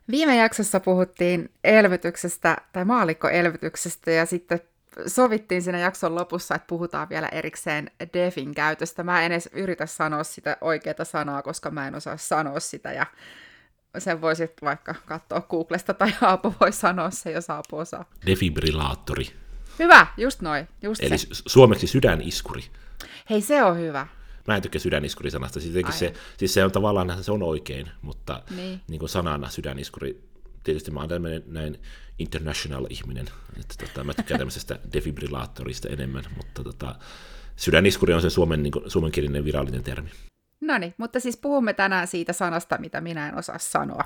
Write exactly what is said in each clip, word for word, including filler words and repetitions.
Viime jaksossa puhuttiin elvytyksestä tai maallikkoelvytyksestä ja sitten sovittiin siinä jakson lopussa, että puhutaan vielä erikseen defin käytöstä. Mä en edes yritä sanoa sitä oikeaa sanaa, koska mä en osaa sanoa sitä ja sen voisit vaikka katsoa Googlesta tai Aapo voi sanoa se, jos Aapo osaa. Defibrillaattori. Hyvä, just noin, just Eli se. suomeksi sydäniskuri. Hei, se on hyvä. Mä en tykkää sydäniskuri-sanasta, siis se, siis se on tavallaan, se on oikein, mutta niin. Niin kuin sanana sydäniskuri, tietysti mä oon tämmöinen näin international-ihminen, että tota, mä tykkään tämmöisestä defibrillaattorista enemmän, mutta tota, sydäniskuri on se suomen, niin kuin, suomenkielinen virallinen termi. No niin, mutta siis puhumme tänään siitä sanasta, mitä minä en osaa sanoa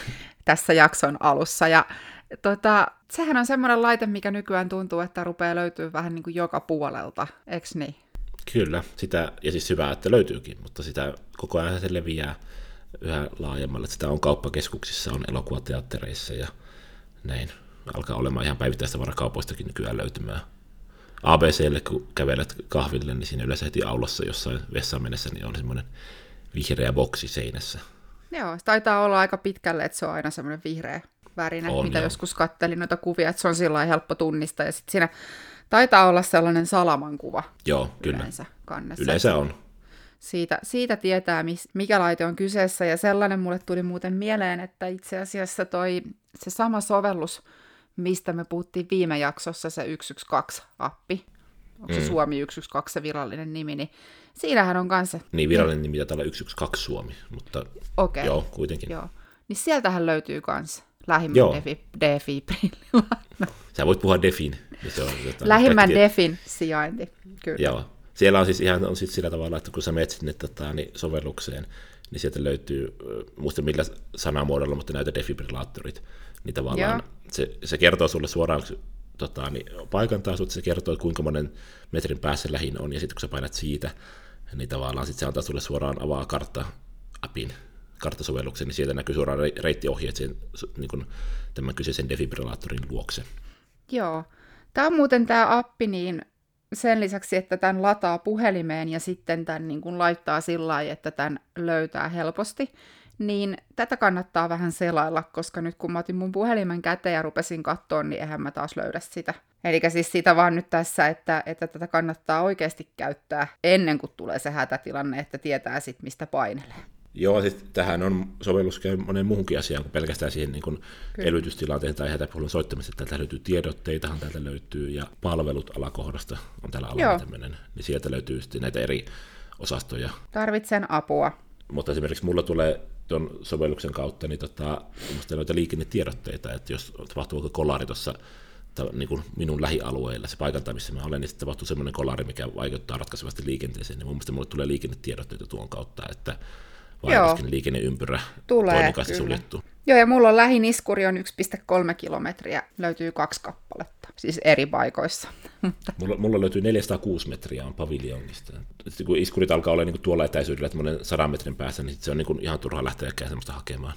tässä jakson alussa. Ja tota, sehän on semmoinen laite, mikä nykyään tuntuu, että rupeaa löytyy vähän niin kuin joka puolelta, eks niin? Kyllä, sitä, ja siis hyvä, että löytyykin, mutta sitä koko ajan se leviää yhä laajemmalle. Sitä on kauppakeskuksissa, on elokuvateattereissa ja näin. Alkaa olemaan ihan päivittäistä varakaupoistakin nykyään löytymään. A B C:lle, kun kävelet kahville, niin siinä yleensä heti aulassa jossain vessaan mennessä niin on semmoinen vihreä boksi seinässä. Joo, se taitaa olla aika pitkälle, että se on aina semmoinen vihreä värinen, on, mitä joo. Joskus kattelin noita kuvia, että se on sillä helppo tunnistaa. Ja sitten siinä taitaa olla sellainen salamankuva. Joo, kyllä. Yleensä kannessa. Yleensä on. Siitä, siitä tietää, mikä laite on kyseessä, ja sellainen mulle tuli muuten mieleen, että itse asiassa toi, se sama sovellus, mistä me puhuttiin viime jaksossa, se yksi yksi kaksi-appi, onko se mm. Suomi yksi yksi kaksi se virallinen nimi, niin siinähän on kanssa... Niin, virallinen nimi taitaa olla yksi yksi kaksi Suomi, mutta okay. Joo, kuitenkin. Joo. Niin sieltähän löytyy kanssa lähimmän defi, defibrillilla. No. Sä voit puhua defin. Niin se on, lähimmän defin sijainti, kyllä. Joo. Siellä on siis ihan on siis sillä tavalla, että kun sä menet sinne tota, niin sovellukseen, niin sieltä löytyy, muista millä sanamuodolla, mutta näitä defibrillaattorit, niin tavallaan se, se kertoo sulle suoraan tota, niin paikantaa sut, se kertoo, kuinka monen metrin päässä lähin on, ja sitten kun sä painat siitä, niin tavallaan sit se antaa sulle suoraan avaa kartta-appin, karttasovelluksen, niin sieltä näkyy suoraan reittiohjeet sen, niin kuin tämän kyseisen defibrillaattorin luokse. Joo. Tämä on muuten tämä appi, niin sen lisäksi, että tämän lataa puhelimeen ja sitten tämän niin kuin laittaa sillä lailla, että tämän löytää helposti, niin tätä kannattaa vähän selailla, koska nyt kun mä otin mun puhelimen käteen ja rupesin katsoa, niin eihän mä taas löydä sitä. Eli siis sitä vaan nyt tässä, että, että tätä kannattaa oikeasti käyttää ennen kuin tulee se hätätilanne, että tietää sitten, mistä painelee. Joo, siis tähän on sovellus käy monen muuhunkin asiaan kuin pelkästään siihen niin kuin elvytystilanteen tai hätäpuhelun soittamiseen. Täältä löytyy tiedotteitahan, täältä löytyy ja palvelut alakohdasta on täällä alalla tämmöinen. Niin sieltä löytyy sitten näitä eri osastoja. Tarvitsen apua. Mutta esimerkiksi mulla tulee tuon sovelluksen kautta niin tota, noita liikennetiedotteita, että jos tapahtuu kolari tuossa niin kuin minun lähialueella, se paikalta, missä mä olen, niin sitten tapahtuu semmoinen kolari, mikä vaikuttaa ratkaisevasti liikenteeseen. Niin mun mielestä mulle tulee liikennetiedotteita tuon kautta, että vaivaskin liikenneympyrä toimikaisesti suljettu. Joo, ja mulla on lähiniskuri on yksi pilkku kolme kilometriä, löytyy kaksi kappaletta, siis eri paikoissa. mulla, mulla löytyy neljäsataakuusi metriä on paviljongista. Sitten kun iskurit alkaa olla niin kuin tuolla etäisyydellä, että monen sadan metrin päässä, niin se on niin kuin ihan turha lähteäkään semmoista hakemaan.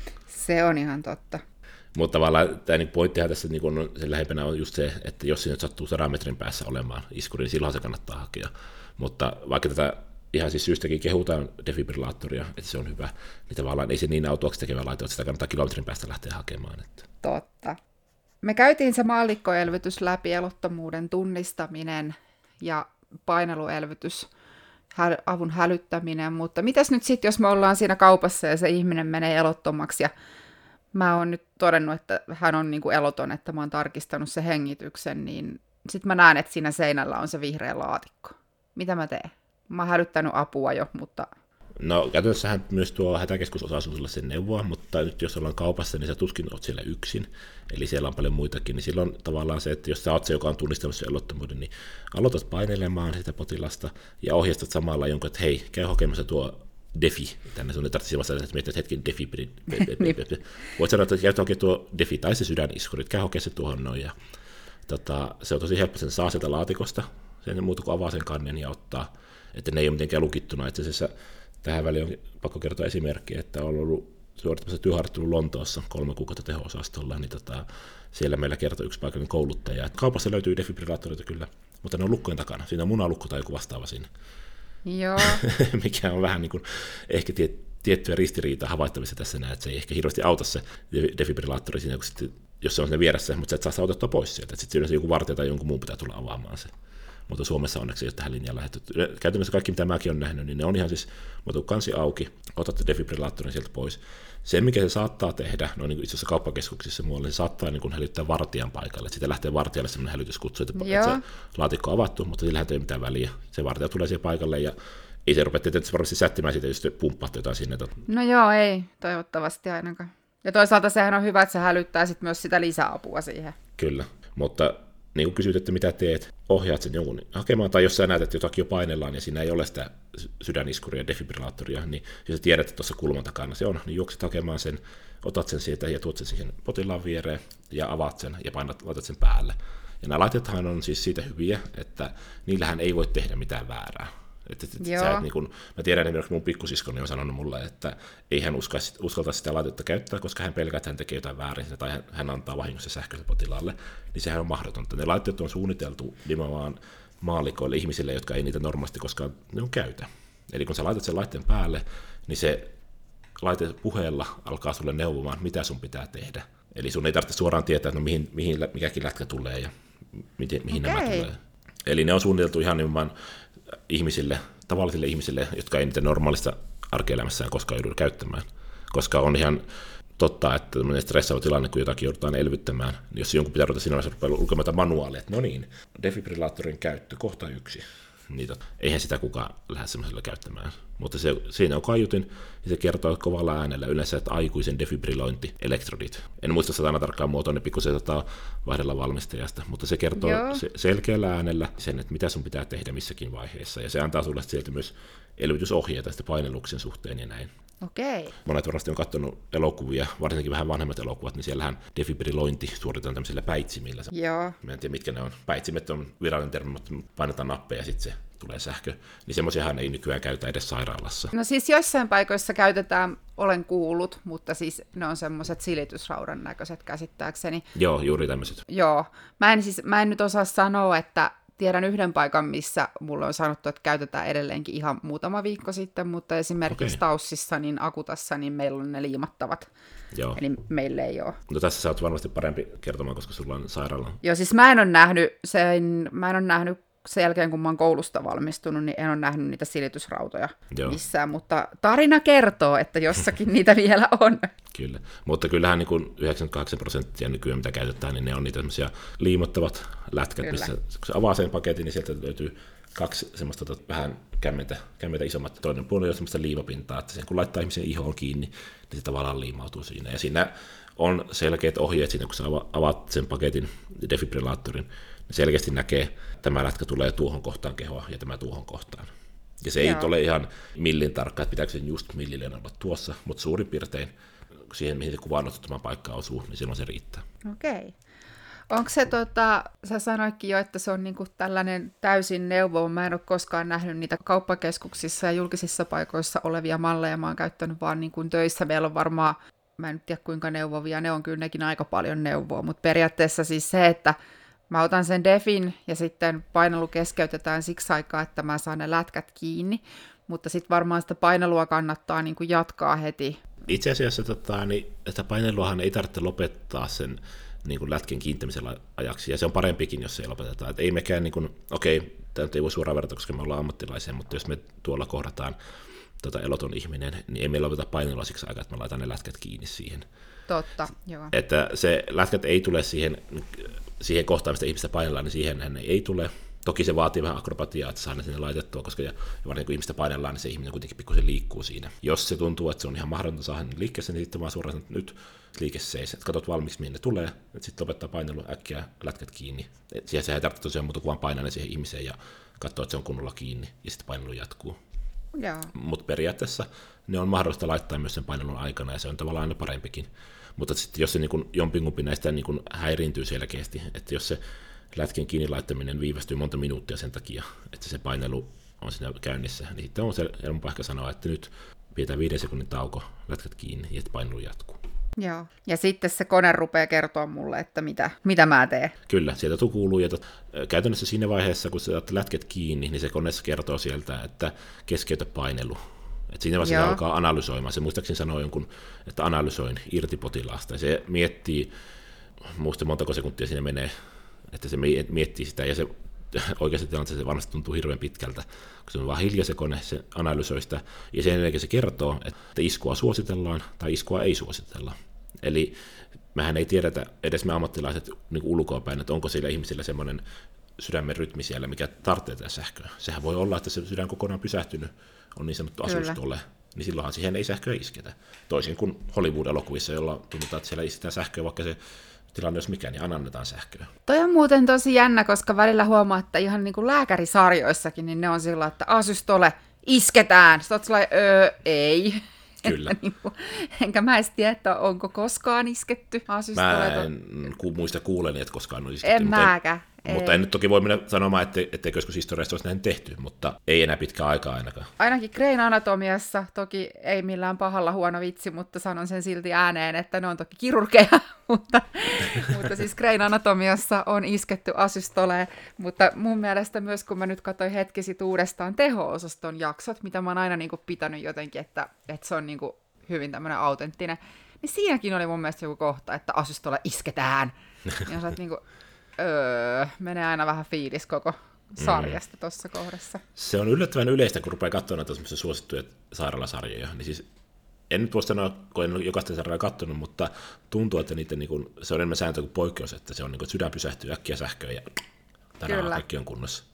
Se on ihan totta. Mutta tavallaan tämä niin pointtihan tässä niin kun sen lähempänä on just se, että jos siinä sattuu sadan metrin päässä olemaan iskuri, niin silloin se kannattaa hakea. Mutta vaikka tätä ihan siis syystäkin kehutaan defibrillaattoria, että se on hyvä, niin tavallaan ei se niin autuaksi tekevä laite, että sitä kannattaa kilometrin päästä lähteä hakemaan. Että. Totta. Me käytiin se maallikkoelvytys läpi, elottomuuden tunnistaminen ja paineluelvytys, avun hälyttäminen, mutta mitäs nyt sitten, jos me ollaan siinä kaupassa ja se ihminen menee elottomaksi ja mä oon nyt todennut, että hän on niinku eloton, että mä oon tarkistanut se hengityksen, niin sitten mä näen, että siinä seinällä on se vihreä laatikko. Mitä mä teen? Mä oon hälyttänyt apua jo, mutta... No käytännössähän myös tuo hätäkeskus osaa sinulle sen neuvoa, mutta nyt jos ollaan kaupassa, niin sä tuskin oot siellä yksin, eli siellä on paljon muitakin, niin silloin tavallaan se, että jos sä oot se, joka on tunnistanut sen elottomuuden, niin aloitat painelemaan sitä potilasta ja ohjeistat samalla jonkun, että hei, käy hakemassa tuo defi, tänne sun ei tarvitse vasta, että miettii, että hetken defi, voit sanoa, että käytä hakea tuo defi tai se sydäniskuri, käy hakea se tuohon noin, ja tota, se on tosi helppo, sen saa sieltä laatikosta, sen muuta kuin avaa sen kannen ja ottaa, että ne ei ole mitenkään lukittuna. Itse asiassa tähän väliin on pakko kertoa esimerkki, että on ollut suorittamassa työharjoittelu Lontoossa kolme kuukautta teho-osastolla, niin tota, siellä meillä kertoi yksi paikallinen kouluttaja, että kaupassa löytyy defibrillaattoreita kyllä, mutta ne on lukkojen takana. Siinä on munalukko tai joku vastaava siinä. Joo. Mikä on vähän niin kuin, ehkä tiet, tiettyä ristiriitaa havaittavissa tässä näin, että se ei ehkä hirveästi auta se defibrillaattori siinä, kun sitten, jos se on siinä vieressä, mutta sä et saa sitä otettua pois sieltä. Sitten yleensä joku vartija tai jonkun muun pitää tulla avaamaan se. Mutta Suomessa onneksi ei ole tähän linjaan lähdetty. Käytännössä kaikki, mitä mäkin olen nähnyt, niin ne on ihan siis, otat kansi auki, otatte defibrillaattorin sieltä pois. Se, mikä se saattaa tehdä, no niin itse asiassa kauppakeskuksissa muualla, se saattaa niin kuin hälyttää vartijan paikalle. Sitten lähtee vartijalle sellainen hälytyskutsu, että, että se laatikko on avattu, mutta sillä ei ole mitään väliä. Se vartija tulee siihen paikalle ja ei se rupea tietysti varmasti sättimään siitä, jos te pumppaatte jotain sinne. No joo, ei toivottavasti ainakaan. Ja toisaalta sehän on hyvä, että se hälyttää sit myös sitä lisäapua siihen. Kyllä, mutta niin kuin kysyt, että mitä teet, ohjaat sen jonkun hakemaan, tai jos sä näet, että jotakin jo painellaan ja siinä ei ole sitä sydäniskuria ja defibrillaattoria, niin jos sä tiedät, että tuossa kulman takana se on, niin juokset hakemaan sen, otat sen siitä ja tuot sen siihen potilaan viereen ja avaat sen ja painat, laitat sen päälle. Ja nämä laitteethan on siis siitä hyviä, että niillähän ei voi tehdä mitään väärää. Et, et, et, sä et, niin kun, mä tiedän esimerkiksi mun pikkusiskoni on sanonut mulle, että ei hän uskaisi, uskaltaisi sitä laitetta käyttää, koska hän pelkää, että hän tekee jotain väärin tai hän, hän antaa vahingossa sähköisen potilaalle, niin sehän on mahdotonta. Ne laitteet on suunniteltu nimenomaan maalikoille, ihmisille, jotka ei niitä normaalisti koskaan ne on käytä. Eli kun sä laitat sen laitteen päälle, niin se laite puheella alkaa sulle neuvomaan, mitä sun pitää tehdä. Eli sun ei tarvitse suoraan tietää, että no mihin, mihin mikäkin lätkä tulee ja mihin, mihin okay. nämä tulee. Eli ne on suunniteltu ihan nimenomaan ihmisille, tavallisille ihmisille, jotka ei niitä normaalista arkielämässään koskaan joudu käyttämään. Koska on ihan totta, että tämmöinen stressaava tilanne, kun jotakin joudutaan elvyttämään, niin jos jonkun pitää ruveta siinä vaiheessa rupeaa lukemaan manuaalia, että no niin, defibrillaattorin käyttö, kohta yksi. Niin tot, eihän sitä kukaan lähde semmoisella käyttämään. Mutta se, siinä on kaiutin, ja se kertoo kovalla äänellä yleensä, että aikuisen defibrillointi, elektrodit. En muista sitä aina tarkkaan muotoa, ne pikkusen saattaa vaihdella valmistajasta, mutta se kertoo se, selkeällä äänellä sen, että mitä sun pitää tehdä missäkin vaiheessa. Ja se antaa sulle sieltä myös elvytysohjeita sitten painelluksen suhteen ja näin. Okei. Monet varmasti on katsonut elokuvia, varsinkin vähän vanhemmat elokuvat, niin siellähän defibrillointi suoritetaan tämmöisillä päitsimillä. Joo. Mä en tiedä, mitkä ne on. Päitsimet on virallinen termi, mutta painetaan nappeja ja sitten se tulee sähkö. Niin semmoisiahan ei nykyään käytä edes sairaalassa. No siis joissain paikoissa käytetään, olen kuullut, mutta siis ne on semmoiset silitysraudan näköiset käsittääkseni. Joo, juuri tämmöiset. Joo. Mä en, siis, mä en nyt osaa sanoa, että tiedän yhden paikan, missä mulle on sanottu, että käytetään edelleenkin ihan muutama viikko sitten, mutta esimerkiksi okay. Taussissa, niin Akutassa, niin meillä on ne liimattavat. Joo. Eli meille ei ole. No tässä sä oot varmasti parempi kertomaan, koska sulla on sairaala. Joo, siis mä en ole nähnyt sen, mä en ole nähnyt sen jälkeen, kun mä oon koulusta valmistunut, niin en ole nähnyt niitä silitysrautoja Joo. missään, mutta tarina kertoo, että jossakin niitä vielä on. Kyllä, mutta kyllähän niin kuin yhdeksänkymmentäkahdeksan prosenttia nykyään, mitä käytetään, niin ne on niitä semmoisia liimottavat lätkät, Kyllä. missä kun se avaa sen paketin, niin sieltä löytyy kaksi semmoista tot, vähän kämmentä, kämmentä isommat. Toinen puoli on semmoista liimapintaa, että sen kun laittaa ihmisen ihoon kiinni, niin se tavallaan liimautuu siinä. Ja siinä on selkeät ohjeet siinä, kun sä avaat sen paketin, defibrillaattorin, niin selkeästi näkee, että tämä lätkä tulee tuohon kohtaan kehoa ja tämä tuohon kohtaan. Ja se Joo. ei ole ihan millin tarkka, että pitääkö se just millinen olla tuossa, mutta suurin piirtein siihen, mihin se kuvan otettuma paikka osuu, niin silloin se riittää. Okei. Okay. Onko se, tota, sä sanoitkin jo, että se on niinku tällainen täysin neuvo, mä en ole koskaan nähnyt niitä kauppakeskuksissa ja julkisissa paikoissa olevia malleja, mä oon käyttänyt vaan niin kuin töissä, meillä on varmaan, mä en tiedä kuinka neuvovia, ne on kyllä nekin aika paljon neuvoa, mutta periaatteessa siis se, että mä otan sen defin ja sitten painelu keskeytetään siksi aikaa, että mä saan ne lätkät kiinni, mutta sitten varmaan sitä painelua kannattaa niin kuin jatkaa heti. Itse asiassa tota, niin, että paineluahan ei tarvitse lopettaa sen niin kuin lätken kiintämisen ajaksi, ja se on parempikin, jos se ei lopeteta. Et ei mekään, niin kuin, okei, tämä ei voi suoraan verrata, koska me ollaan ammattilaisia, mutta jos me tuolla kohdataan tota eloton ihminen, niin ei me lopeta painelua siksi aikaa, että me laitetaan ne lätkät kiinni siihen. Totta, joo. Että se lätkät ei tule siihen, siihen kohtaan, mistä ihmistä painellaan, niin siihen hän ei tule. Toki se vaatii vähän akrobatiaa, että saa ne sinne laitettua, koska ja varsinkin kun ihmistä painellaan, niin se ihminen kuitenkin pikkusen liikkuu siinä. Jos se tuntuu, että se on ihan mahdotonta saada liikkeessä, niin sitten vaan suoraan, että nyt liike seis. Että katsot valmiiksi, mihin ne tulee, että sitten lopettaa painelu äkkiä lätkät kiinni. Et siihen se ei tarvitse tosiaan muuta kuin vaan painaa ne siihen ihmiseen ja katsoa, että se on kunnolla kiinni, ja sitten painelu jatkuu. Mutta periaatteessa ne on mahdollista laittaa myös sen painelun aikana, ja se on tavallaan aina parempikin. Mutta sitten jos se niin jompikumpi näistä niin häiriintyy selkeästi, että jos se lätken kiinni laittaminen viivästyy monta minuuttia sen takia, että se painelu on siinä käynnissä, niin sitten on se helpompi ehkä sanoa, että nyt pidetään viiden sekunnin tauko, lätkät kiinni ja painelu jatkuu. Joo, ja sitten se kone rupeaa kertoa mulle, että mitä, mitä mä teen. Kyllä, sieltä kuuluu, ja tot, käytännössä siinä vaiheessa, kun sä otat lätket kiinni, niin se koneessa kertoo sieltä, että keskeytä painelu. Et siinä vaiheessa se alkaa analysoimaan. Se muistaakseni sanoo jonkun, että analysoin irti potilaasta. Ja se miettii, muista montako sekuntia siinä menee, että se miettii sitä, ja se oikeasti tilanteessa se varmasti tuntuu hirveän pitkältä, kun se on vaan hilja se kone, se analysoi sitä, ja sen jälkeen se kertoo, että iskua suositellaan tai iskua ei suositella. Eli mehän ei tiedetä edes me ammattilaiset niin ulkoapäin, että onko siellä ihmisillä semmoinen sydämen rytmi siellä, mikä tarvitsee tätä sähköä. Sehän voi olla, että se sydän kokonaan pysähtynyt, on niin sanottu asustole, niin silloinhan siihen ei sähköä isketä. Toisin kuin Hollywood-elokuvissa, jolla tunnutaan, että siellä isketään sähköä, vaikka se tilanne jos mikään, niin annetaan sähköä. Toi on muuten tosi jännä, koska välillä huomaa, että ihan niin kuin lääkärisarjoissakin, niin ne on sillä, että asystole, isketään. Sitten oot sellainen, öö, ei. Kyllä. niin kuin, enkä mä edes tiedä, että onko koskaan isketty asystole. Mä en ku, muista kuuleni, että koskaan on isketty. En mäkään. Ei. Mutta en nyt toki voi mennä sanomaan, että, etteikö joskus historiasta olisi näin tehty, mutta ei enää pitkään aikaa ainakaan. Ainakin Greyn anatomiassa, toki ei millään pahalla huono vitsi, mutta sanon sen silti ääneen, että ne on toki kirurgeja, mutta, mutta siis Greyn anatomiassa on isketty asystoleen, mutta mun mielestä myös kun mä nyt katsoin hetki sit uudestaan teho-osaston jaksot, mitä mä oon aina niinku pitänyt jotenkin, että, että se on niinku hyvin tämmöinen autenttinen, niin siinäkin oli mun mielestä joku kohta, että asystole isketään. Ja sä oot niinku... Öö, menee aina vähän fiilis koko sarjasta mm. tuossa kohdassa. Se on yllättävän yleistä, kun rupeaa katsomaan näitä suosittuja sairaalasarjoja. Niin siis, en nyt voi sanoa, kun en ole jokaista sarjaa katsonut, mutta tuntuu, että niitä, niin kuin, se on enemmän sääntö kuin poikkeus, että se on niin kuin, että sydän pysähtyy äkkiä sähköön ja tänään kaikki on kunnossa.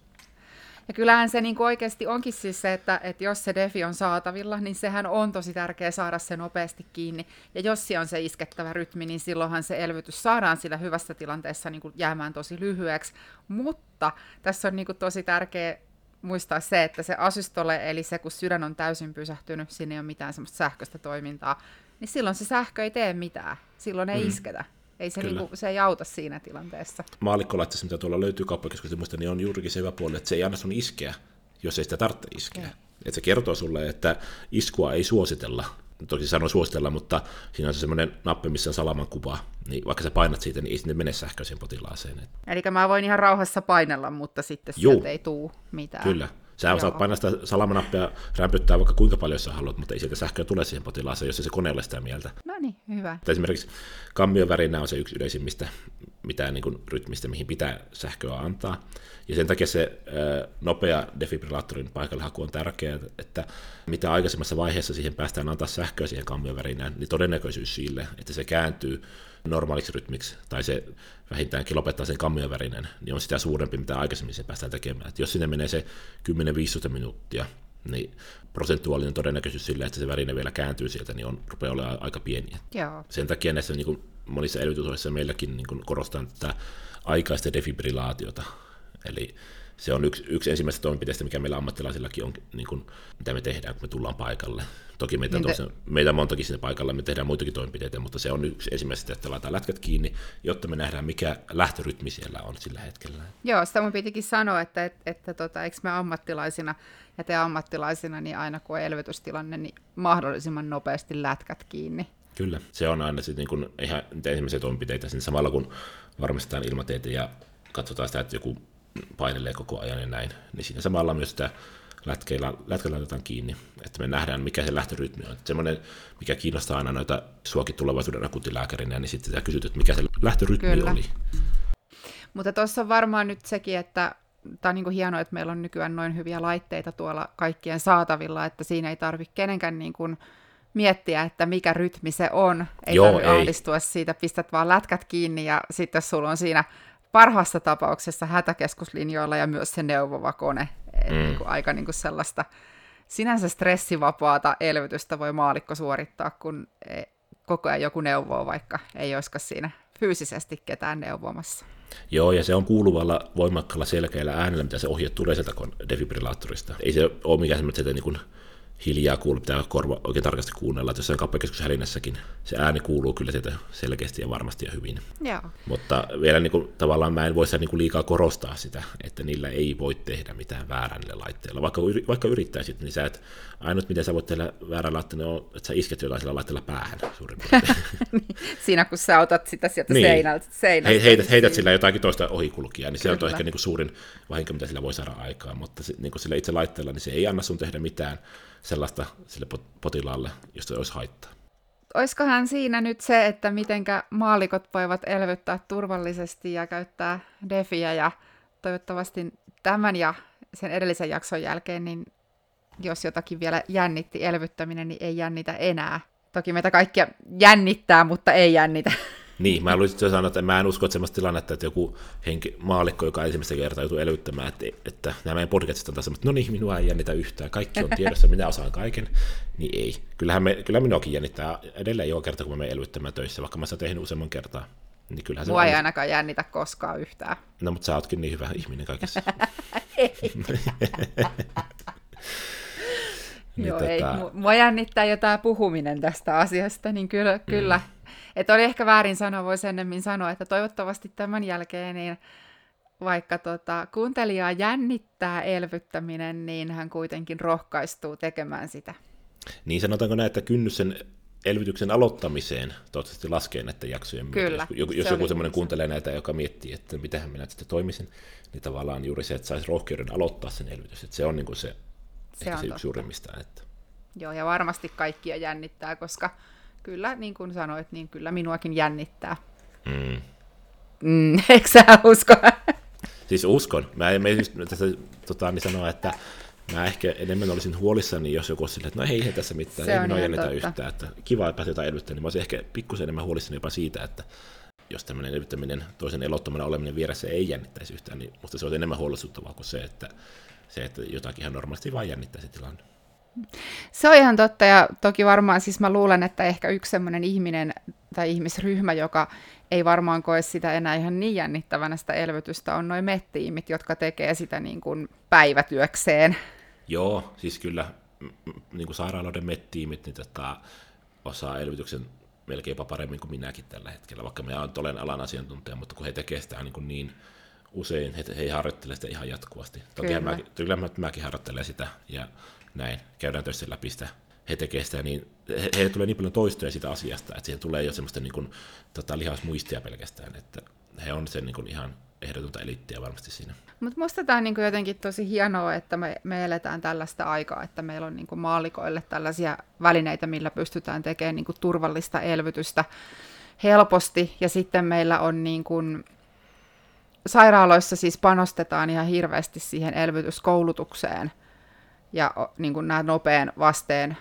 Ja kyllähän se niin kuin oikeasti onkin siis se, että, että jos se defi on saatavilla, niin sehän on tosi tärkeää saada se nopeasti kiinni. Ja jos se on se iskettävä rytmi, niin silloinhan se elvytys saadaan sillä hyvässä tilanteessa niin kuin jäämään tosi lyhyeksi. Mutta tässä on niin kuin tosi tärkeää muistaa se, että se asystole, eli se kun sydän on täysin pysähtynyt, siinä ei ole mitään semmoista sähköistä toimintaa, niin silloin se sähkö ei tee mitään. Silloin ei mm. isketä. Ei se, niinku, se ei auta siinä tilanteessa. Maallikkolaitteessa, mitä tuolla löytyy kauppakeskuksesta, niin on juurikin se hyvä puoli, että se ei anna sun iskeä, jos ei sitä tarvitse iskeä. Okay. Että se kertoo sulle, että iskua ei suositella. Toki sanoo suositella, mutta siinä on se semmoinen nappi, missä on salaman kuva. Niin vaikka sä painat siitä, niin ei sinne mene sähköiseen potilaaseen. Eli mä voin ihan rauhassa painella, mutta sitten Juu. sieltä ei tule mitään. Kyllä. Sä Joo. saat painaa sitä salamanappia, rämpyttää vaikka kuinka paljon sä haluat, mutta ei sieltä sähköä tule siihen potilaaseen, jos ei se kone ole sitä mieltä. No niin, hyvä. Esimerkiksi kammion värinä on se yksi yleisimmistä mitään niin kuin rytmistä, mihin pitää sähköä antaa. Ja sen takia se ää, nopea defibrillaattorin paikallahaku on tärkeää, että mitä aikaisemmassa vaiheessa siihen päästään antaa sähköä siihen kammion värinään, niin todennäköisyys sille, että se kääntyy normaaliksi rytmiksi, tai se vähintäänkin lopettaa sen kammion värinen, niin on sitä suurempi, mitä aikaisemmin se päästään tekemään. Et jos sinne menee se kymmenen viisitoista minuuttia, niin prosentuaalinen todennäköisyys sille, että se värine vielä kääntyy sieltä, niin on, rupeaa olemaan aika pieniä. Joo. Sen takia näissä niin kuin monissa elvytysohjeissa meilläkin niin kuin korostaa tätä aikaista defibrillaatiota. Eli se on yksi, yksi ensimmäistä toimenpiteistä, mikä meillä ammattilaisillakin on, niin kuin, mitä me tehdään, kun me tullaan paikalle. Toki meitä, niin te... tuossa, meitä on montakin siinä paikalla, me tehdään muitakin toimenpiteitä, mutta se on yksi ensimmäistä, että laitetaan lätkät kiinni, jotta me nähdään, mikä lähtörytmi siellä on sillä hetkellä. Joo, sitä mun pitikin sanoa, että, että, että tota, eikö me ammattilaisina ja te ammattilaisina, niin aina kun on elvytystilanne, niin mahdollisimman nopeasti lätkät kiinni. Kyllä, se on aina sitten niin kuin ihan ensimmäisiä toimenpiteitä, siinä samalla kun varmistetaan ilmateitä ja katsotaan sitä, että joku painelee koko ajan ja näin, niin siinä samalla myös sitä lätkällä, lätkällä laitetaan kiinni, että me nähdään, mikä se lähtörytmi on. Semmoinen, mikä kiinnostaa aina noita suokin tulevaisuuden akuuttilääkärinä, niin sitten sä kysyt, että mikä se lähtörytmi Kyllä. oli. Mutta tuossa on varmaan nyt sekin, että tämä on niin kuin hienoa, että meillä on nykyään noin hyviä laitteita tuolla kaikkien saatavilla, että siinä ei tarvitse kenenkään niin kuin miettiä, että mikä rytmi se on. Ei Joo, tarvitse ei. ahdistua siitä, pistät vaan lätkät kiinni ja sitten sulla on siinä parhaassa tapauksessa hätäkeskuslinjoilla ja myös se neuvova kone. Mm. Niin kuin aika niin kuin sellaista sinänsä stressivapaata elvytystä voi maallikko suorittaa, kun koko ajan joku neuvoo, vaikka ei olisikaan siinä fyysisesti ketään neuvomassa. Joo, ja se on kuuluvalla voimakkaalla selkeällä äänellä, mitä se ohje tulee sieltä defibrillaattorista. Ei se ole mikään semmoinen, että niin hiljaa kuuluu, pitää korva oikein tarkasti kuunnella, että jossain kauppakeskushälinässäkin se ääni kuuluu kyllä sieltä selkeästi ja varmasti ja hyvin. Joo. Mutta vielä niin kuin, tavallaan mä en voi niin kuin liikaa korostaa sitä, että niillä ei voi tehdä mitään väärää niillä laitteilla. Vaikka, vaikka yrittäisit, niin sä et, ainut miten sä voit tehdä väärän laitteen on, että sä isket jotain sillä laitteella päähän suurin piirtein. Siinä kun sä otat sitä sieltä niin. seinältä. seinältä He, heität, heität sillä jotakin toista ohikulkijaa, niin kyllä. Se on ehkä niin kuin suurin vahinko, mitä sillä voi saada aikaan, mutta se, niin kuin sillä itse laitteella, niin se ei anna sun tehdä mitään. sellaista sille potilaalle, josta olisi haittaa. Olisikohan siinä nyt se, että mitenkä maallikot voivat elvyttää turvallisesti ja käyttää defiä, ja toivottavasti tämän ja sen edellisen jakson jälkeen, niin jos jotakin vielä jännitti elvyttäminen, niin ei jännitä enää. Toki meitä kaikkia jännittää, mutta ei jännitä. Niin, mä luulisin sanoa, että mä en usko, että sellaista tilannetta, että joku henki, maallikko, joka ensimmäistä kertaa joutuu elvyttämään, että, että nämä meidän podcastit on taas että no niin, minua ei jännitä yhtään, kaikki on tiedossa, minä osaan kaiken, niin ei. Kyllähän me, kyllä minuakin jännittää edelleen joka kerta, kun mä menen elvyttämään töissä, vaikka mä sitä tehnyt useamman kertaa. Niin kyllähän se Mua ei on... ainakaan jännitä koskaan yhtään. No, mutta sä ootkin niin hyvä ihminen kaikessa. Niin Joo, tota... ei. Mua jännittää jo tämä puhuminen tästä asiasta, niin kyllä, mm. kyllä. Että oli ehkä väärin sanoa, voisi ennemmin sanoa, että toivottavasti tämän jälkeen, niin vaikka tota, kuuntelijaa jännittää elvyttäminen, niin hän kuitenkin rohkaistuu tekemään sitä. Niin sanotaanko näin, että kynnys sen elvytyksen aloittamiseen toivottavasti laskee näiden jaksojen myötä. Kyllä, jos jos se joku semmoinen kuuntelee näitä, joka miettii, että mitähän minä sitten toimisin, niin tavallaan juuri se, että saisi rohkeuden aloittaa sen elvytys. Että se on niin kuin se, se, se yksi suurimmista. Että... Joo, ja varmasti kaikkia jännittää, koska kyllä, niin kuin sanoit, niin kyllä minuakin jännittää. Mm. Mm, eikö sä usko? Siis uskon. Mä en just tässä tota, niin sanoa, että mä ehkä enemmän olisin huolissani, jos joku sille, että no ei tässä mitään, se ei minua jännitä yhtään. Että kiva, että jotain elvyttää, niin mä olisin ehkä pikkusen enemmän huolissani jopa siitä, että jos tämmöinen elvyttäminen, toisen elottomana oleminen vieressä ei jännittäisi yhtään, niin musta se olisi enemmän huolestuttavaa kuin se, että, se, että jotakin ihan normaalisti vaan jännittäisi tilanne. Se on ihan totta, ja toki varmaan siis mä luulen, että ehkä yksi semmoinen ihminen tai ihmisryhmä, joka ei varmaan koe sitä enää ihan niin jännittävänä sitä elvytystä, on noin met-tiimit, jotka tekee sitä niin kuin päivätyökseen. Joo, siis kyllä niin kuin sairaaloiden met-tiimit niin tota, osaa elvytyksen melkeinpä paremmin kuin minäkin tällä hetkellä, vaikka minä olen alan asiantuntija, mutta kun he tekevät sitä niin, niin usein, he, he harjoittelevat sitä ihan jatkuvasti. Toki mä, kyllä mä, mäkin harjoittelen sitä ja näin, käydään töissä läpi sitä, he tekevät sitä, niin he, he tulee niin paljon toistoja siitä asiasta, että siihen tulee jo semmoista niin kuin, tota, lihasmuistia pelkästään, että he on sen niin kuin, ihan ehdotonta eliittiä varmasti siinä. Mutta musta tämä on niin kuin jotenkin tosi hienoa, että me, me eletään tällaista aikaa, että meillä on niin kuin maallikoille tällaisia välineitä, millä pystytään tekemään niin kuin turvallista elvytystä helposti, ja sitten meillä on niin kuin sairaaloissa siis panostetaan ihan hirveästi siihen elvytyskoulutukseen, ja niin kuin nämä nopean vasteen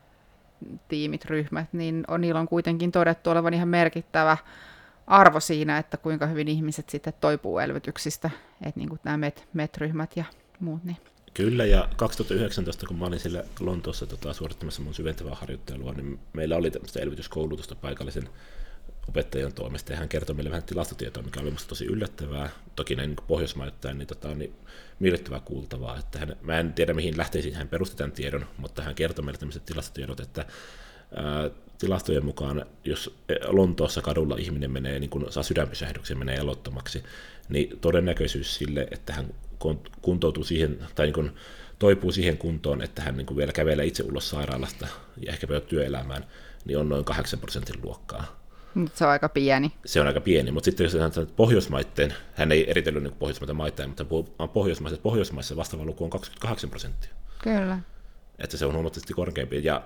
tiimit, ryhmät, niin on, niillä on kuitenkin todettu olevan ihan merkittävä arvo siinä, että kuinka hyvin ihmiset sitten toipuu elvytyksistä, että niin kuin nämä met, met-ryhmät ja muut. Niin. Kyllä, ja kaksituhattayhdeksäntoista, kun mä olin siellä Lontoossa tota, suorittamassa mun syventävää harjoittelua, niin meillä oli tämmöistä elvytyskoulutusta paikallisen opettajan toimesta, ja hän kertoi meille vähän tilastotietoa, mikä oli musta tosi yllättävää, toki näin niin pohjoismaittain, niin, tota, niin miellyttävää kuultavaa, että hän, mä en tiedä mihin lähteisiin hän perusti tämän tiedon, mutta hän kertoi meille tämmöiset tilastotiedot, että ää, tilastojen mukaan, jos Lontoossa kadulla ihminen menee, niin kun saa sydänpysähdyksen, menee elottomaksi, niin todennäköisyys sille, että hän kuntoutuu siihen, tai niin kun toipuu siihen kuntoon, että hän niin kun vielä kävelee itse ulos sairaalasta ja ehkä vielä työelämään, niin on noin kahdeksan prosentin luokkaa. Se on aika pieni. Se on aika pieni, mutta sitten jos hän sanoo, että Pohjoismaiden, hän ei eritellyt niin Pohjoismaiden maita, mutta Pohjoismaissa, Pohjoismaissa vastaava luku on kaksikymmentäkahdeksan prosenttia. Kyllä. Että se on huomattavasti korkeampi, ja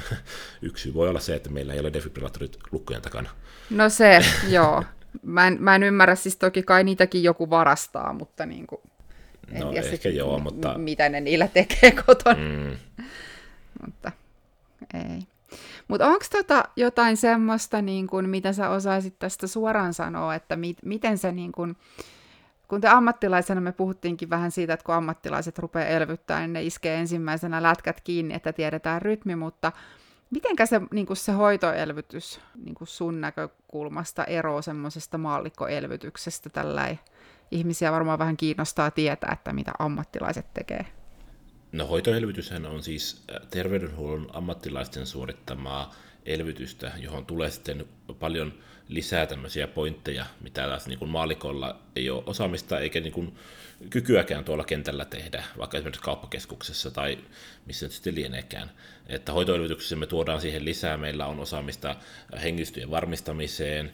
yksi voi olla se, että meillä ei ole defibrillaattorit lukkojen takana. No se, joo. Mä en, mä en ymmärrä, siis toki kai niitäkin joku varastaa, mutta niin kuin, en no tiedä ehkä sit, joo, m- mutta... mitä ne niillä tekee kotona. Mm. Mutta ei. Mutta onko tota jotain semmoista, niin kun, mitä sä osaisit tästä suoraan sanoa, että mi- miten se, niin kun, kun te ammattilaisena, me puhuttiinkin vähän siitä, että kun ammattilaiset rupeaa elvyttämään, niin ne iskee ensimmäisenä lätkät kiinni, että tiedetään rytmi, mutta mitenkä se, niin kun se hoitoelvytys niin kun sun näkökulmasta eroaa semmoisesta maallikkoelvytyksestä tällä ihmisiä varmaan vähän kiinnostaa tietää, että mitä ammattilaiset tekee. No hoitoelvytyshän on siis terveydenhuollon ammattilaisten suorittamaa elvytystä, johon tulee sitten paljon lisää tämmöisiä pointteja, mitä taas niin kuin maalikolla ei ole osaamista eikä niin kuin kykyäkään tuolla kentällä tehdä, vaikka esimerkiksi kauppakeskuksessa tai missä nyt sitten lieneekään. Että hoitoelvytyksessä me tuodaan siihen lisää, meillä on osaamista hengitystyjen varmistamiseen,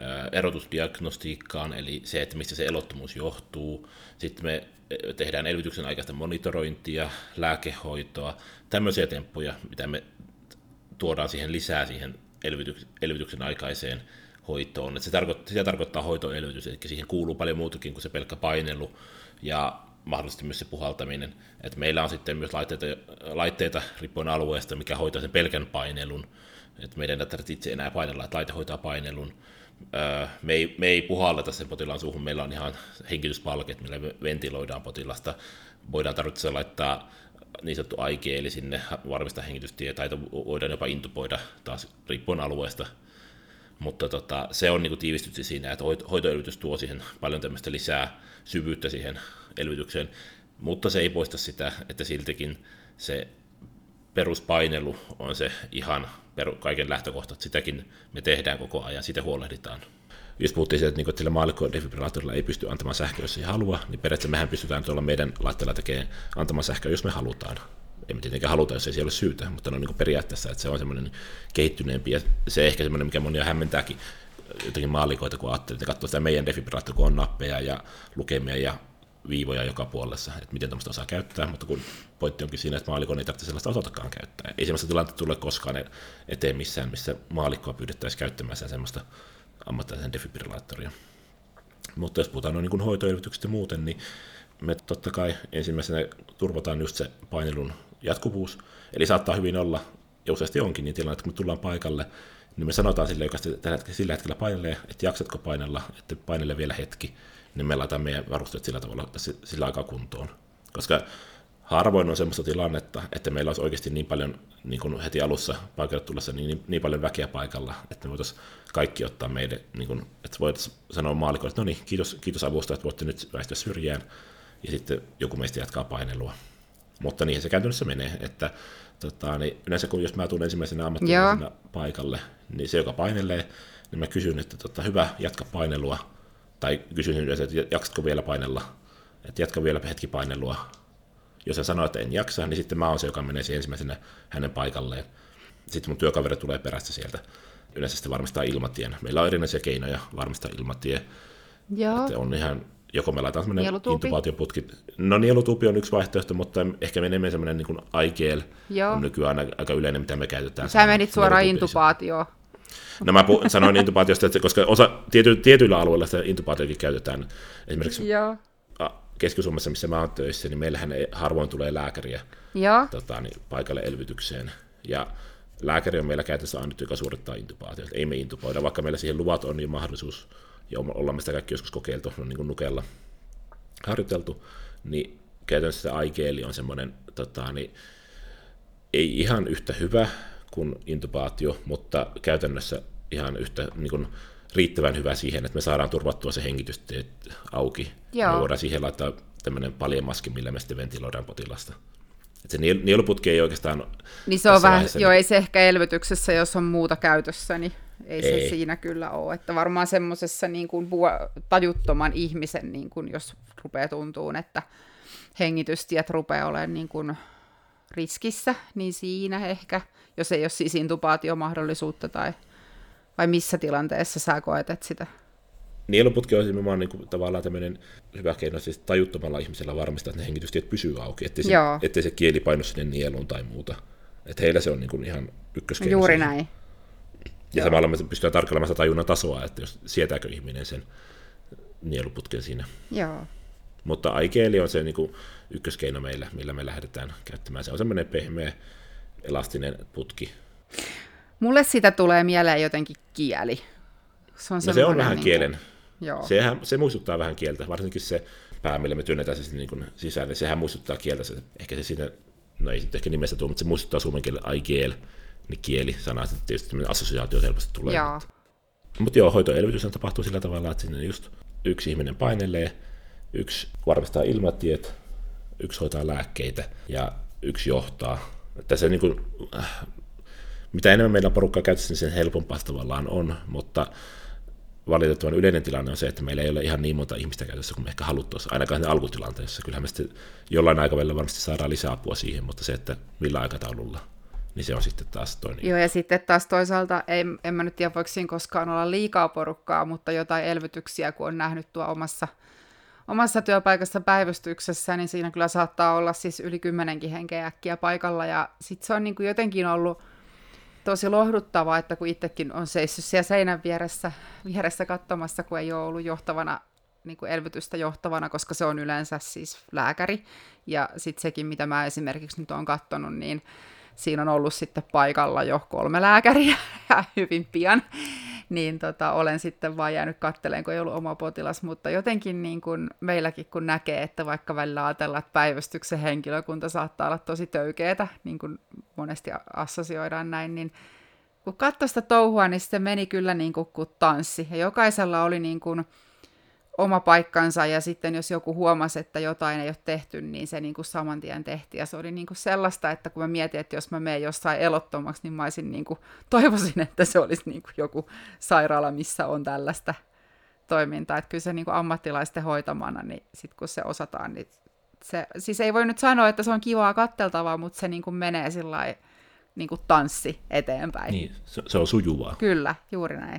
erotusdiagnostiikkaan, eli se, että mistä se elottomuus johtuu. Sitten me tehdään elvytyksen aikaista monitorointia, lääkehoitoa, tämmöisiä temppuja, mitä me tuodaan siihen lisää siihen elvytyksen aikaiseen hoitoon. Että se tarkoittaa, sitä tarkoittaa hoitoelvytys, eli siihen kuuluu paljon muutakin kuin se pelkkä painelu ja mahdollisesti myös se puhaltaminen. Että meillä on sitten myös laitteita, laitteita riippuen alueesta, mikä hoitaa sen pelkän painelun. Että meidän ei tarvitse itse enää painella, että laite hoitaa painelun. Me ei, me ei puhalleta sen potilaan suuhun, meillä on ihan hengityspalket, millä me ventiloidaan potilasta. Voidaan tarvitse laittaa niin sanottu I G, eli sinne varmistaa hengitystie, tai voidaan jopa intuboida taas riippuen alueesta. Mutta tota, se on niinku tiivistytty siinä, että hoitoelvytys tuo siihen paljon tämmöistä lisää syvyyttä siihen elvytykseen, mutta se ei poista sitä, että siltikin se peruspainelu on se ihan peru, kaiken lähtökohta, että sitäkin me tehdään koko ajan, sitä huolehditaan. Jos puhuttiin siitä, että, niin, että sillä maallikko-defibrillaattorilla ei pysty antamaan sähköä, jos ei halua, niin periaatteessa mehän pystytään tuolla meidän laitteella tekemään antamaan sähköä, jos me halutaan. Ei me tietenkään haluta, jos ei siellä ole syytä, mutta on niin periaatteessa, että se on semmoinen kehittyneempi, ja se ehkä semmoinen, mikä monia hämmentääkin jotenkin maallikoita, kun ajattelee, että katsoo sitä meidän defibrillaattoria, kun on nappeja ja lukemia ja viivoja joka puolessa, että miten tämmöistä osaa käyttää, mutta kun pointti onkin siinä, että maallikon ei tarvitse sellaista osatakaan käyttää. Ei semmoista tilannetta tule koskaan eteen missään, missä maallikkoa pyydettäisiin käyttämään semmoista ammattilaisen defibrillaattoria. Mutta jos puhutaan noin niin hoitoelvytyksestä muuten, niin me totta kai ensimmäisenä turvataan just se painelun jatkuvuus. Eli saattaa hyvin olla, ja useasti onkin niin tilanne, että kun me tullaan paikalle, niin me sanotaan sille, joka sillä hetkellä painelee, että jaksatko painella, että painele vielä hetki, niin me laitetaan meidän varusteet sillä tavalla sillä aikaa kuntoon. Koska harvoin on semmoista tilannetta, että meillä olisi oikeasti niin paljon, niin kuin heti alussa paikalle tullessa, niin, niin, niin paljon väkeä paikalla, että me voitaisiin kaikki ottaa meidän, niin kuin, että voitaisiin sanoa maallikolle, että no niin, kiitos, kiitos avusta, että voitte nyt väistyä syrjään, ja sitten joku meistä jatkaa painelua. Mutta niin se käytännössä menee, että tota, niin yleensä kun jos mä tulen ensimmäisenä ammattilaisena paikalle, niin se, joka painelee, niin mä kysyn, että tota, hyvä, jatka painelua, tai kysyn yleensä, että jaksatko vielä painella, että jatka vielä hetki painelua. Jos hän sanoo, että en jaksa, niin sitten mä oon se, joka menee ensimmäisenä hänen paikalleen. Sitten mun työkaveri tulee perästä sieltä. Yleensä sitten varmistaa ilmatien. Meillä on erinäisiä keinoja varmistaa ilmatie. Joo. Että on ihan, joko me laitetaan semmoinen intubaatioputki. No nielutuupi on yksi vaihtoehto, mutta ehkä menemme semmoinen niin kuin I G L on nykyään aika yleinen, mitä me käytetään. Sä menit suoraan intubaatioon. No mä pu- sanoin intubaatiosta, että koska osa, tiety, tietyillä alueilla sitä intubaatiokin käytetään. Esimerkiksi Joo. Keski-Suomessa, missä mä oon töissä, niin meillähän ei, harvoin tulee lääkäriä tota, niin, paikalle elvytykseen. Ja lääkäri on meillä käytössä annettu, joka suorittaa intubaatiota. Ei me intuboida, vaikka meillä siihen luvat on niin mahdollisuus, ja ollaan me sitä kaikki joskus kokeiltu, no, niin kuin nukella harjoiteltu, niin käytännössä se I G L on semmoinen, tota, niin, ei ihan yhtä hyvä kuin intubaatio, mutta käytännössä ihan yhtä niin kuin, riittävän hyvä siihen, että me saadaan turvattua se hengitysteet auki. Joo. Me voidaan siihen laittaa tämmöinen paljemaski, millä me sitten ventiloidaan potilasta. Et se nieluputki ei oikeastaan... Niin se on vähän, joo, niin... ei se ehkä elvytyksessä, jos on muuta käytössä, niin ei, ei. se siinä kyllä ole. Että varmaan semmoisessa niin kuin tajuttoman ihmisen, niin kuin jos rupeaa tuntuun, että hengitystiet rupeaa olemaan niin kuin riskissä, niin siinä ehkä, jos ei ole siis intubaatiomahdollisuutta tai... Vai missä tilanteessa sä koet, että sitä? Nieluputki on nimenomaan niin kuin, tavallaan tämmöinen hyvä keino, siis tajuttomalla ihmisellä varmistaa, että ne hengitystiet pysyy auki, ettei se, ettei se kieli painu sinne nieluun tai muuta. Että heillä se on niin kuin ihan ykköskeino. Juuri siihen. Näin. Ja Joo. samalla me pystytään tarkkailemaan sitä tajunnan tasoa, että jos sietääkö ihminen sen nieluputken siinä. Joo. Mutta I G L on se niin kuin ykköskeino meillä, millä me lähdetään käyttämään. Se on semmoinen pehmeä, elastinen putki. Mulle siitä tulee mieleen jotenkin kieli. Se on, no se on vähän niin kielen. Kuin, joo. Sehän, se muistuttaa vähän kieltä, varsinkin se pää, millä me työnnetään se niin kuin sisään, niin sehän muistuttaa kieltä. Se, ehkä se siinä, no ei sitten ehkä nimestä tule, mutta se muistuttaa suomen kielellä I G L, niin kieli-sana, että tietysti tämmöinen assosiaatio helposti tulee. Joo. Mutta joo, hoitoelvytys tapahtuu sillä tavalla, että sinne just yksi ihminen painelee, yksi varmistaa ilmatiet, yksi hoitaa lääkkeitä ja yksi johtaa. Tässä niin kuin, äh, mitä enemmän meillä on porukkaa käytössä, niin sen helpompaa tavallaan on, mutta valitettavan yleinen tilanne on se, että meillä ei ole ihan niin monta ihmistä käytössä kuin me ehkä haluttaisiin, ainakaan ne alkutilanteessa. Kyllähän me sitten jollain aikavälillä varmasti saadaan lisäapua siihen, mutta se, että millä aikataululla, niin se on sitten taas toinen. Joo, ja sitten taas toisaalta, ei, en mä nyt tiedä, voiko siinä koskaan olla liikaa porukkaa, mutta jotain elvytyksiä, kun on nähnyt tuo omassa, omassa työpaikassa päivystyksessä, niin siinä kyllä saattaa olla siis yli kymmenenkin henkeä äkkiä paikalla, ja sitten se on niin kuin jotenkin ollut tosi lohduttavaa, että kun itsekin on seissyt siellä seinän vieressä, vieressä katsomassa, kun ei ole ollut johtavana, niin kuin elvytystä johtavana, koska se on yleensä siis lääkäri, ja sitten sekin, mitä mä esimerkiksi nyt olen katsonut, niin siinä on ollut sitten paikalla jo kolme lääkäriä ja hyvin pian, niin tota, olen sitten vaan jäänyt katselemaan, kun ei ollut oma potilas, mutta jotenkin niin kuin meilläkin kun näkee, että vaikka välillä ajatellaan, että päivystyksen henkilökunta saattaa olla tosi töykeetä, niin kuin monesti assosioidaan näin, niin kun katsoi sitä touhua, niin se meni kyllä niin kuin, kuin tanssi, ja jokaisella oli niin kuin oma paikkansa, ja sitten jos joku huomasi, että jotain ei ole tehty, niin se niin kuin saman tien tehtiin. Ja se oli niin kuin sellaista, että kun mä mietin, että jos mä menen jossain elottomaksi, niin mä olisin niin kuin, toivoisin, että se olisi niin kuin joku sairaala, missä on tällaista toimintaa. Että kyllä se niin kuin ammattilaisten hoitamana, niin sitten kun se osataan, niin se, siis ei voi nyt sanoa, että se on kivaa katteltavaa, mutta se niin kuin menee sillai, niin kuin tanssi eteenpäin. Niin, se, se on sujuvaa. Kyllä, juuri näin.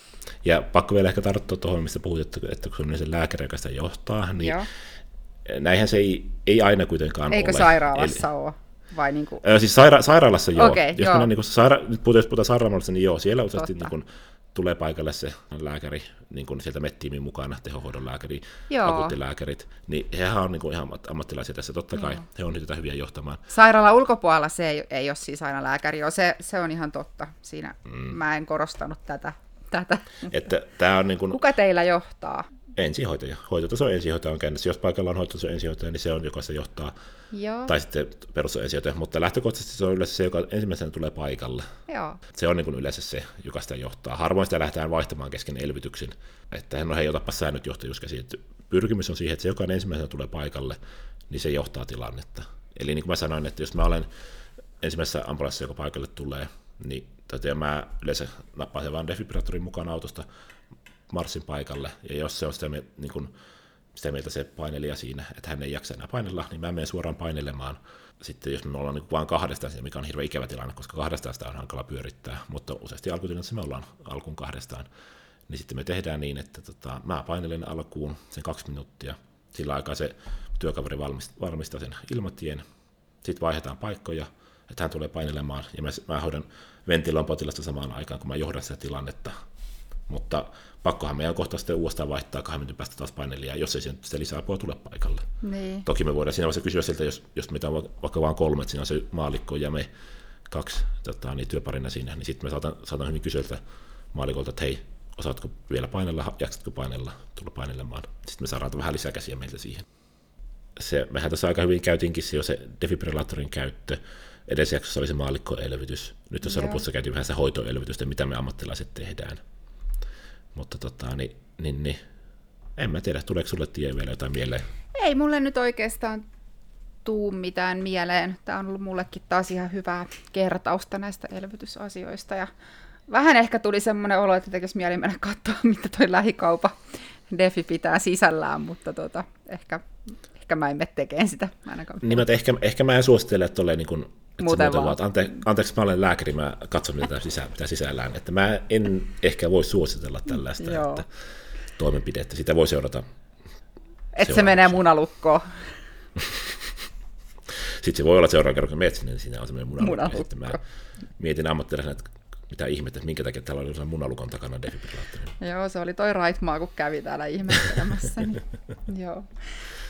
Ja pakko vielä ehkä tarttua tuohon, mistä puhut, että, että kun on se lääkäri, joka sitä johtaa, niin Joo. näinhän se ei, ei aina kuitenkaan Eikö ole. Eikö sairaalassa Eli, ole? Vai niin kuin... Siis saira- sairaalassa joo. Okay, jos, joo. Niin kuin saira- nyt puhutaan, jos puhutaan sairaalassa, niin joo, siellä useasti niin kuin tulee paikalle se lääkäri, niin kuin sieltä MET-tiimin mukana, tehohoidon lääkäri, akuuttilääkärit, niin hehän on niin kuin ihan ammattilaisia tässä, totta kai joo. he on niitä hyviä johtamaan. Sairaalan ulkopuolella se ei, ei ole siis aina lääkäri, joo, se, se on ihan totta siinä, mm. mä en korostanut tätä. tätä. Että tää on niin kuin... Kuka teillä johtaa? Ensihoitaja. Hoitotaso ensihoitaja on käynnissä. Jos paikalla on hoitotaso ensihoitaja, niin se on, joka se johtaa. Joo. Tai sitten perustaso ensihoitaja. Mutta lähtökohtaisesti se on yleensä se, joka ensimmäisenä tulee paikalle. Joo. Se on niin kuin yleensä se, joka sitä johtaa. Harvoin sitä lähdetään vaihtamaan kesken elvytyksen. Että no hei, otapa säännöt johtajuuskäsiin. Pyrkimys on siihen, että se, joka ensimmäisenä tulee paikalle, niin se johtaa tilannetta. Eli niin kuin mä sanoin, että jos mä olen ensimmäisessä ambulanssissa, joka paikalle tulee, niin ja mä yleensä nappaan sen vaan defibrillaattorin mukaan autosta marssin paikalle, ja jos se on sitä, niin kun, sitä mieltä se painelija siinä, että hän ei jaksa enää painella, niin mä menen suoraan painelemaan. Sitten jos me ollaan niin vaan kahdestaan, mikä on hirveän ikävä tilanne, koska kahdestaan sitä on hankala pyörittää, mutta useasti alkutilanteessa me ollaan alkuun kahdestaan, niin sitten me tehdään niin, että tota, mä painelen alkuun sen kaksi minuuttia, sillä aikaa se työkaveri valmistaa sen ilmatien, sitten vaihdetaan paikkoja, että hän tulee painelemaan, ja mä, mä hoidan ventiloin potilasta samaan aikaan, kun mä johdan sitä tilannetta. Mutta pakkohan meidän kohta sitten uudestaan vaihtaa kahden minuutin päästä taas painelijaa, jos ei sitä lisäapua tule paikalle. Niin. Toki me voidaan siinä vaiheessa kysyä siltä, jos, jos meitä on vaikka vain kolme, että siinä on se maalikko ja me kaksi tota, niin työparina siinä, niin sitten me saatan, saatan hyvin kysyä maalikolta, että hei, osaatko vielä painella, jaksatko painella, tulla painelemaan. Sitten me saadaan vähän lisää käsiä meiltä siihen. Se, mehän tässä aika hyvin käytiinkin se jo se defibrillaattorin käyttö. Edellisessä jaksossa oli se maallikkoelvytys. Nyt tuossa lopussa käytiin vähän se hoitoelvytystä, mitä me ammattilaiset tehdään. Mutta tota, niin, niin, niin, en mä tiedä, tuleeko sulle tie vielä jotain mieleen? Ei mulle nyt oikeastaan tuu mitään mieleen. Tämä on ollut mullekin taas ihan hyvää kertausta näistä elvytysasioista. Ja vähän ehkä tuli semmoinen olo, että tekisi mieli mennä katsoa, mitä toi lähikaupa defi pitää sisällään, mutta tota, ehkä, ehkä mä en mene tekemään sitä. Niin, ehkä, ehkä mä en suosittele, että tolleen niin kuin muuten vaan. vaan. Ante, anteeksi, mä olen lääkäri, mä katson, mitä tämä sisä, mitä sisällään. Että mä en ehkä voi suositella tällaista että toimenpidettä. Sitä voi seurata. Että se menee munalukkoon. Sitten se voi olla, että seuraavan kerran, kun menet sinne, niin siinä on semmoinen munalukko. munalukko. Sitten mä mietin ammattilaisena, että mitä ihmettä, että minkä takia täällä oli sellainen munalukon takana defibrillaattori. Joo, se oli toi Raitmaa, kun kävi täällä ihmettelemässä. Niin, joo.